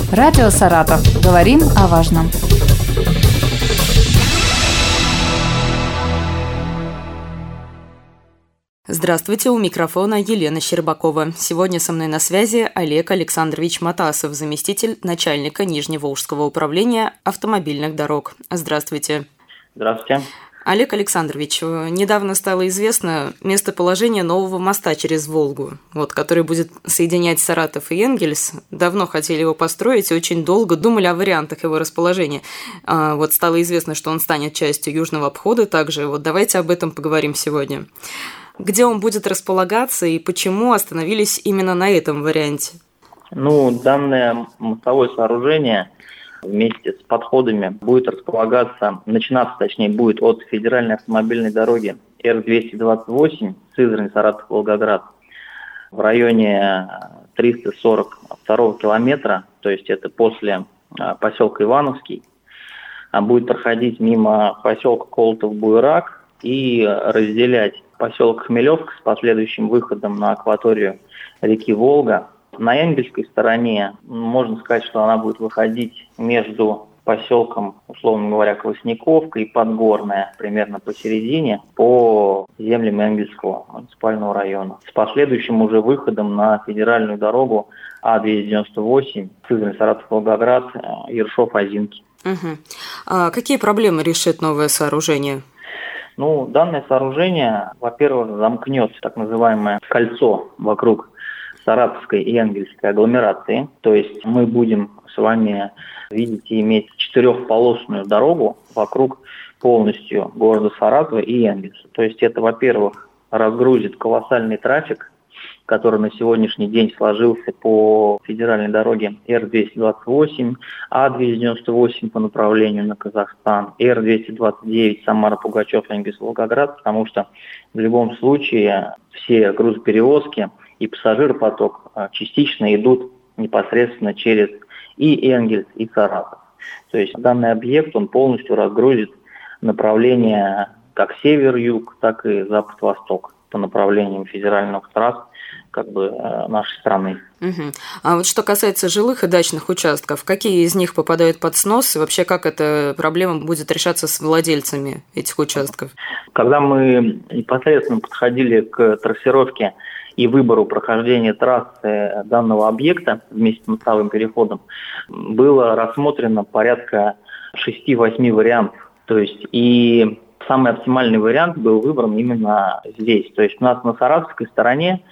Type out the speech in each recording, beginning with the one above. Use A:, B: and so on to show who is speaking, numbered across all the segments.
A: Радио «Саратов». Говорим о важном.
B: Здравствуйте, у микрофона Елена Щербакова. Сегодня со мной на связи Олег Александрович Матасов, заместитель начальника Нижневолжского управления автомобильных дорог. Здравствуйте.
C: Здравствуйте.
B: Олег Александрович, недавно стало известно местоположение нового моста через Волгу, который будет соединять Саратов и Энгельс. Давно хотели его построить, очень долго думали о вариантах его расположения. Стало известно, что он станет частью южного обхода также. Давайте об этом поговорим сегодня. Где он будет располагаться и почему остановились именно на этом варианте?
C: Данное мостовое сооружение вместе с подходами будет начинаться будет от федеральной автомобильной дороги Р-228 Сызрань-Саратов-Волгоград в районе 342 километра, то есть это после поселка Ивановский, будет проходить мимо поселка Колотов-Буйрак и разделять поселок Хмелевка с последующим выходом на акваторию реки Волга. На энгельской стороне можно сказать, что она будет выходить между поселком, условно говоря, Колосниковка и Подгорная, примерно посередине, по землям Энгельского муниципального района. С последующим уже выходом на федеральную дорогу А-298 Сызрань-Саратов-Волгоград, Ершов-Озинки.
B: А какие проблемы решит новое сооружение?
C: Данное сооружение, во-первых, замкнет так называемое кольцо вокруг Саратовской и Энгельской агломерации. То есть мы будем с вами, иметь четырехполосную дорогу вокруг полностью города Саратова и Энгельса. То есть это, во-первых, разгрузит колоссальный трафик, который на сегодняшний день сложился по федеральной дороге Р-228, А-298 по направлению на Казахстан, Р-229 Самара-Пугачев, Энгельс-Волгоград, потому что в любом случае все грузоперевозки и пассажиропоток частично идут непосредственно через и Энгельс, и Саратов. То есть данный объект, он полностью разгрузит направление как север-юг, так и запад-восток по направлениям федеральных трасс нашей страны.
B: А что касается жилых и дачных участков, какие из них попадают под снос и вообще как эта проблема будет решаться с владельцами этих участков?
C: Когда мы непосредственно подходили к трассировке и выбору прохождения трассы данного объекта вместе с мостовым переходом, было рассмотрено порядка 6-8 вариантов. То есть и самый оптимальный вариант был выбран именно здесь. То есть у нас на саратовской стороне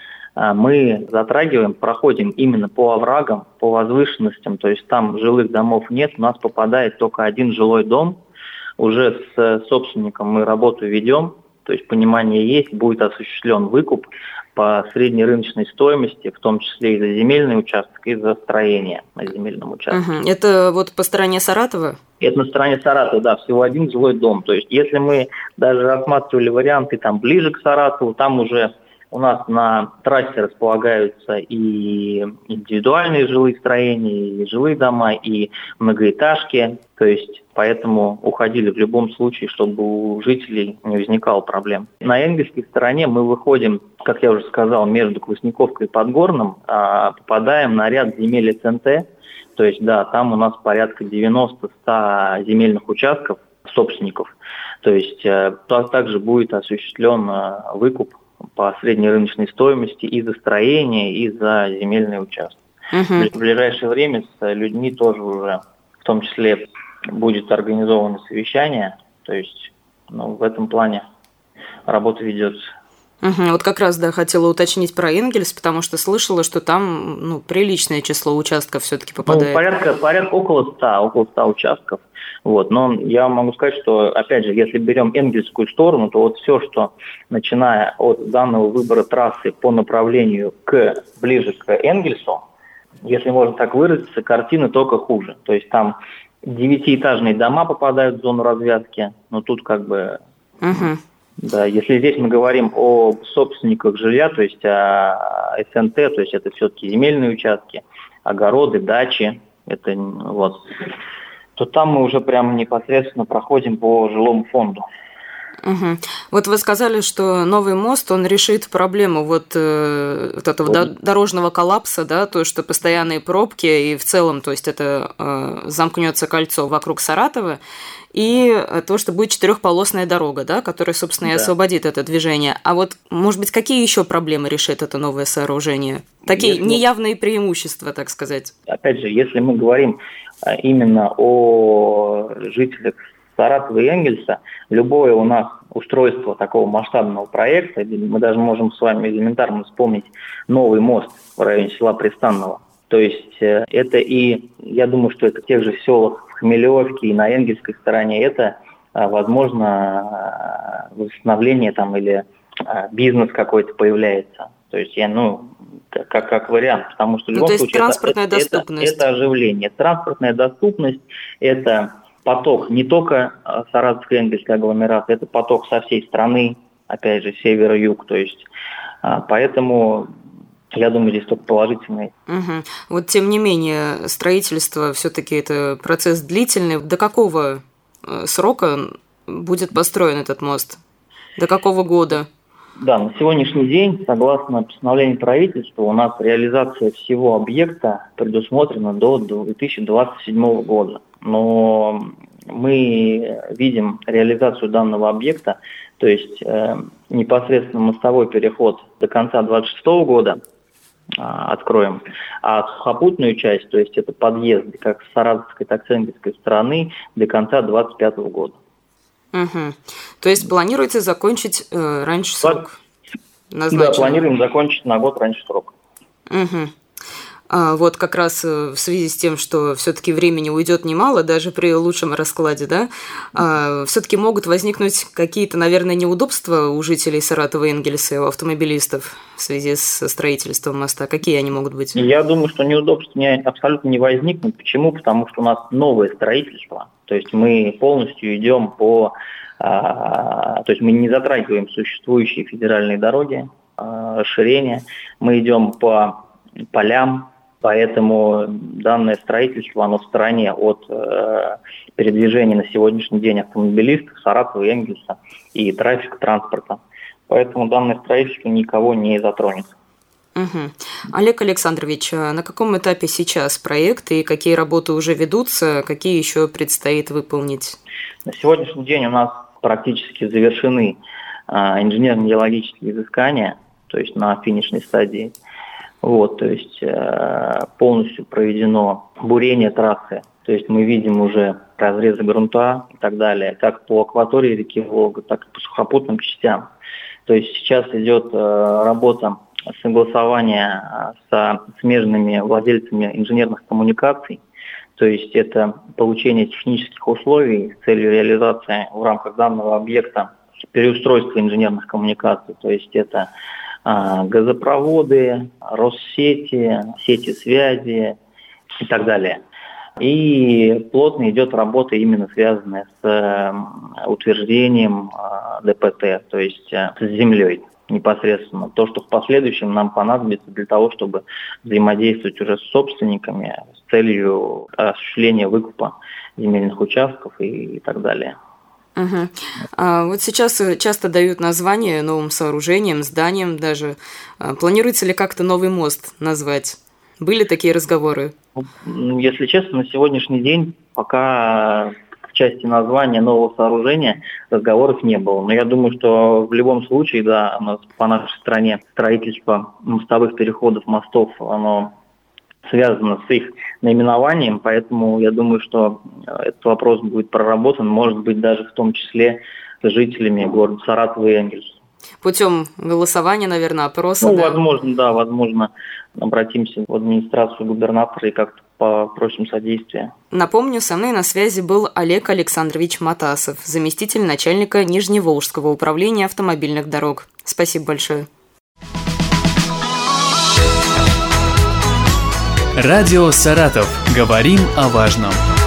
C: мы проходим именно по оврагам, по возвышенностям, то есть там жилых домов нет, у нас попадает только один жилой дом. Уже с собственником мы работу ведем, то есть понимание есть, будет осуществлен выкуп по средней рыночной стоимости, в том числе и за земельный участок, и за строение на земельном участке.
B: Это по стороне Саратова?
C: Это на стороне Саратова, да, всего один жилой дом. То есть если мы даже рассматривали варианты ближе к Саратову, там уже у нас на трассе располагаются и индивидуальные жилые строения, и жилые дома, и многоэтажки. То есть поэтому уходили в любом случае, чтобы у жителей не возникало проблем. На энгельской стороне мы выходим, как я уже сказал, между Колосниковкой и Подгорным, попадаем на ряд земель СНТ. То есть, да, там у нас порядка 90-100 земельных участков собственников. То есть также будет осуществлен выкуп по средней рыночной стоимости и за строение, и за земельный участок. В ближайшее время с людьми тоже уже, в том числе, будет организовано совещание. То есть, в этом плане работа ведется.
B: Как раз, хотела уточнить про Энгельс, потому что слышала, что там, приличное число участков все-таки попадает.
C: Порядка около 100 участков. Но я могу сказать, что, опять же, если берем энгельсскую сторону, то все, что начиная от данного выбора трассы по направлению ближе к Энгельсу, если можно так выразиться, картина только хуже. То есть там 9-этажные дома попадают в зону развязки, но тут Да, если здесь мы говорим о собственниках жилья, то есть о СНТ, то есть это все-таки земельные участки, огороды, дачи, то там мы уже прямо непосредственно проходим по жилому фонду.
B: Угу. Вот вы сказали, что новый мост, он решит проблему этого дорожного коллапса, да, то, что постоянные пробки и в целом, то есть это замкнется кольцо вокруг Саратова, и то, что будет четырехполосная дорога, да, которая, собственно, и освободит это движение. А вот, может быть, какие еще проблемы решит это новое сооружение? Такие неявные преимущества, так сказать.
C: Опять же, если мы говорим именно о жителях Саратова и Энгельса, любое у нас устройство такого масштабного проекта, мы даже можем с вами элементарно вспомнить новый мост в районе села Пристанного. То есть это и, я думаю, что это в тех же селах в Хмелевке и на Энгельской стороне, это, возможно, восстановление там или бизнес какой-то появляется. То есть как вариант, потому что в любом случае
B: транспортная доступность.
C: Это оживление. Транспортная доступность – это поток не только Саратовской и Энгельской агломерации, это поток со всей страны, опять же, север-юг. То есть поэтому я думаю, здесь только положительные.
B: Угу. Вот тем не менее, строительство все-таки это процесс длительный. До какого срока будет построен этот мост? До какого года?
C: Да, на сегодняшний день, согласно постановлению правительства, у нас реализация всего объекта предусмотрена до 2027 года. Но мы видим реализацию данного объекта, то есть непосредственно мостовой переход до конца 2026 года откроем, а сухопутную часть, то есть это подъезды как с Саратовской, так и с Энгельской стороны, до конца 2025 года.
B: Угу. То есть планируется закончить раньше срока?
C: Да, планируем закончить на год раньше срока.
B: Угу. Вот как раз в связи с тем, что все-таки времени уйдет немало, даже при лучшем раскладе, да, все-таки могут возникнуть какие-то, наверное, неудобства у жителей Саратова и Энгельса, и у автомобилистов в связи со строительством моста. Какие они могут быть? Я думаю, что неудобств абсолютно не возникнут. Почему? Потому что у нас новое строительство. То есть мы полностью идем то есть мы не затрагиваем существующие федеральные дороги, расширения. Мы идем по полям. Поэтому данное строительство, оно в стороне от передвижения на сегодняшний день автомобилистов Саратова и Энгельса и трафика транспорта. Поэтому данное строительство никого не затронет. Угу. Олег Александрович, на каком этапе сейчас проект и какие работы уже ведутся, какие еще предстоит выполнить?
C: На сегодняшний день у нас практически завершены инженерно-геологические изыскания, то есть на финишной стадии. То есть полностью проведено бурение трассы, то есть мы видим уже разрезы грунта и так далее, как по акватории реки Волга, так и по сухопутным частям. То есть сейчас идет работа согласования со смежными владельцами инженерных коммуникаций, то есть это получение технических условий с целью реализации в рамках данного объекта переустройства инженерных коммуникаций, то есть это газопроводы, Россети, сети связи и так далее. И плотно идет работа, именно связанная с утверждением ДПТ, то есть с землей непосредственно. То, что в последующем нам понадобится для того, чтобы взаимодействовать уже с собственниками с целью осуществления выкупа земельных участков и так далее.
B: Угу. Вот сейчас часто дают названия новым сооружениям, зданиям даже. Планируется ли как-то новый мост назвать? Были такие разговоры?
C: Если честно, на сегодняшний день пока в части названия нового сооружения разговоров не было. Но я думаю, что в любом случае, да, у нас по нашей стране строительство мостовых переходов, мостов, оно связано с их наименованием, поэтому я думаю, что этот вопрос будет проработан, может быть, даже в том числе с жителями города Саратова и Энгельса.
B: Путем голосования, наверное, опроса?
C: Возможно, обратимся в администрацию губернатора и как-то попросим содействия.
B: Напомню, со мной на связи был Олег Александрович Матасов, заместитель начальника Нижневолжского управления автомобильных дорог. Спасибо большое.
D: Радио «Саратов». Говорим о важном.